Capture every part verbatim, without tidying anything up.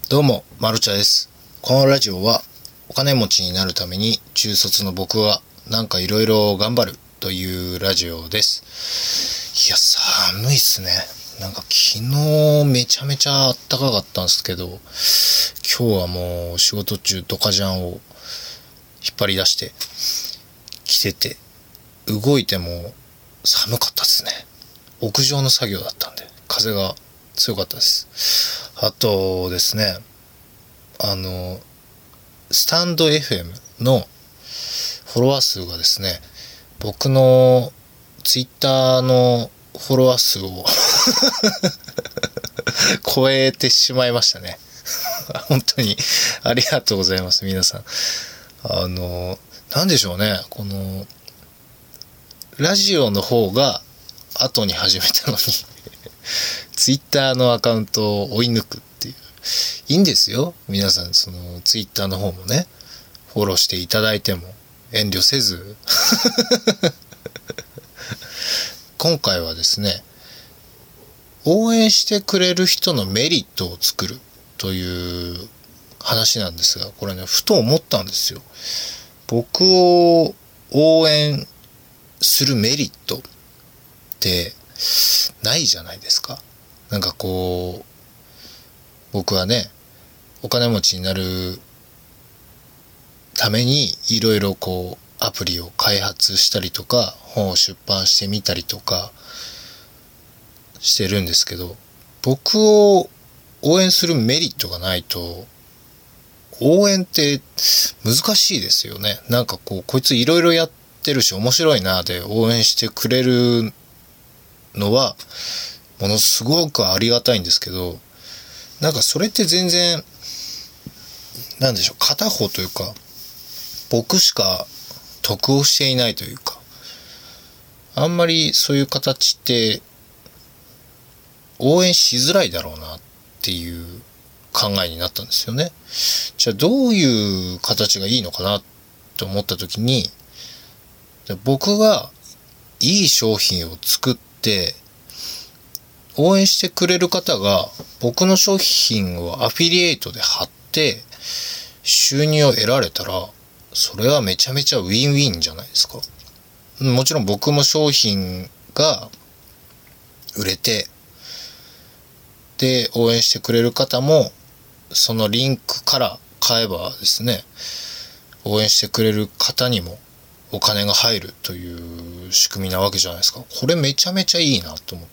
どうも、まるちゃです。このラジオはお金持ちになるために中卒の僕がなんかいろいろ頑張るというラジオです。いや、寒いっすね。なんか昨日めちゃめちゃ暖かかったんですけど、今日はもう仕事中ドカジャンを引っ張り出して着てて、動いても寒かったですね。屋上の作業だったんで風が強かったです。あとですね、あのスタンド エフエム のフォロワー数がですね、僕のツイッターのフォロワー数を超えてしまいましたね。本当にありがとうございます、皆さん。あのなんでしょうね、このラジオの方が後に始めたのにツイッターのアカウントを追い抜くっていう。いいんですよ、皆さん。そのツイッターの方もね、フォローしていただいても遠慮せず今回はですね、応援してくれる人のメリットを作るという話なんですが、これね、ふと思ったんですよ。僕を応援するメリットってないじゃないですか。なんかこう、僕はね、お金持ちになるためにいろいろこうアプリを開発したりとか、本を出版してみたりとかしてるんですけど、僕を応援するメリットがないと応援って難しいですよね。なんかこう、こいついろいろやってるし面白いなで応援してくれるのはものすごくありがたいんですけど、なんかそれって全然なんでしょう、片方というか僕しか得をしていないというか、あんまりそういう形って応援しづらいだろうなっていう考えになったんですよね。じゃあどういう形がいいのかなと思った時に、僕がいい商品を作って応援してくれる方が僕の商品をアフィリエイトで貼って収入を得られたら、それはめちゃめちゃウィンウィンじゃないですか。もちろん僕も商品が売れて、で応援してくれる方もそのリンクから買えばですね、応援してくれる方にもお金が入るという仕組みなわけじゃないですか。これめちゃめちゃいいなと思って、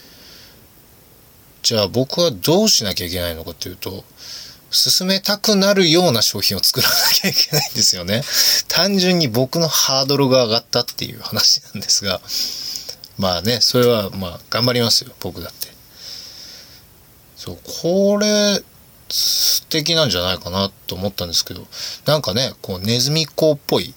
じゃあ僕はどうしなきゃいけないのかというと、進めたくなるような商品を作らなきゃいけないんですよね。単純に僕のハードルが上がったっていう話なんですが、まあね、それはまあ頑張りますよ、僕だって。そう、これ素敵なんじゃないかなと思ったんですけど、なんかね、こうネズミ講っぽい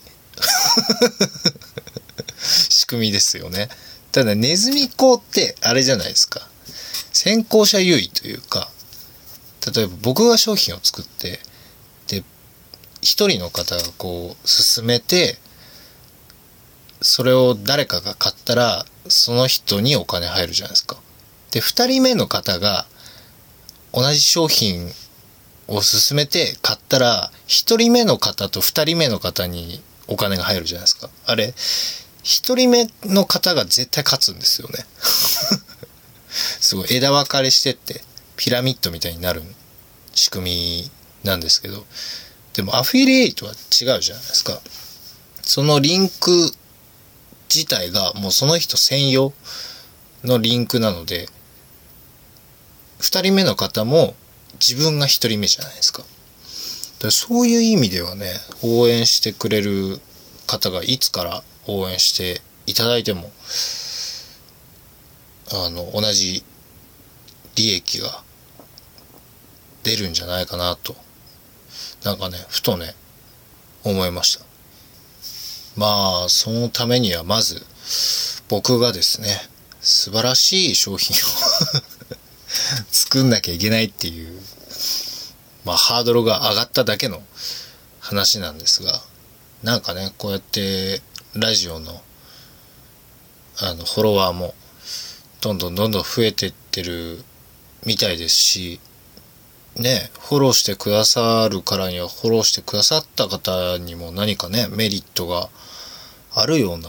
仕組みですよね。ただネズミ講ってあれじゃないですか、先行者優位というか、例えば僕が商品を作って、で一人の方がこう勧めて、それを誰かが買ったらその人にお金入るじゃないですか。で二人目の方が同じ商品を勧めて買ったら、一人目の方と二人目の方にお金が入るじゃないですか。あれ、一人目の方が絶対勝つんですよね。すごい枝分かれしてってピラミッドみたいになる仕組みなんですけど、でもアフィリエイトは違うじゃないですか。そのリンク自体がもうその人専用のリンクなので、二人目の方も自分が一人目じゃないですか。だからそういう意味ではね、応援してくれる方がいつから応援していただいても、あの同じ利益が出るんじゃないかなと、なんかね、ふとね思いました。まあそのためにはまず僕がですね、素晴らしい商品を作んなきゃいけないっていう、まあハードルが上がっただけの話なんですが、なんかね、こうやってラジオのあのフォロワーもどんどんどんどん増えてってるみたいですし、 ね、フォローしてくださるからには、フォローしてくださった方にも何かね、メリットがあるような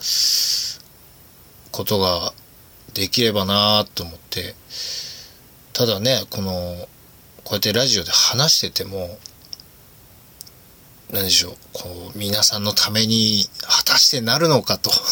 ことができればなと思って、ただね、この、こうやってラジオで話してても、何でしょう、こう、皆さんのために果たしてなるのかと。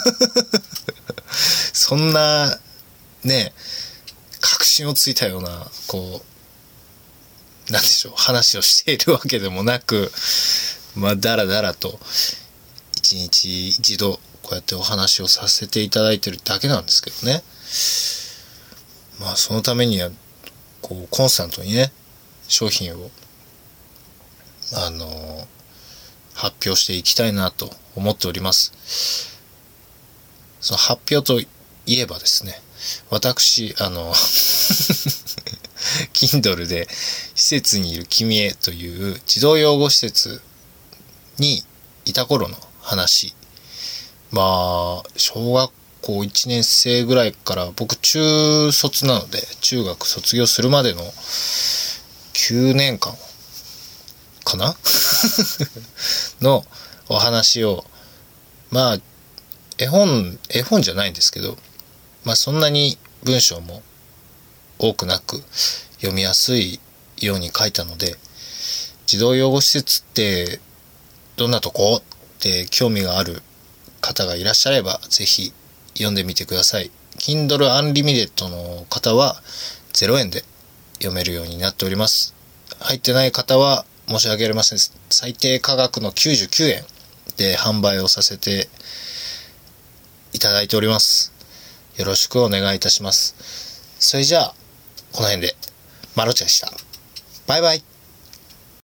そんな、ね、確信をついたような、こう、なんでしょう、話をしているわけでもなく、まあ、だらだらと、一日一度、こうやってお話をさせていただいてるだけなんですけどね。まあ、そのためには、こう、コンスタントにね、商品を、あの、発表していきたいなと思っております。その発表といえばですね、私、あの、Kindle で施設にいる君へという児童養護施設にいた頃の話。まあ、小学校いちねん生ぐらいから、僕中卒なので、中学卒業するまでのきゅうねんかんかなのお話を、まあ、絵本、絵本じゃないんですけど、まあそんなに文章も多くなく読みやすいように書いたので、児童養護施設ってどんなとこって興味がある方がいらっしゃれば、ぜひ読んでみてください。Kindle Unlimited の方はゼロえんで読めるようになっております。入ってない方は申し訳ありません。最低価格のきゅうじゅうきゅうえんで販売をさせていただいております。よろしくお願いいたします。それじゃあ、この辺で、まろちゃんでした。バイバイ。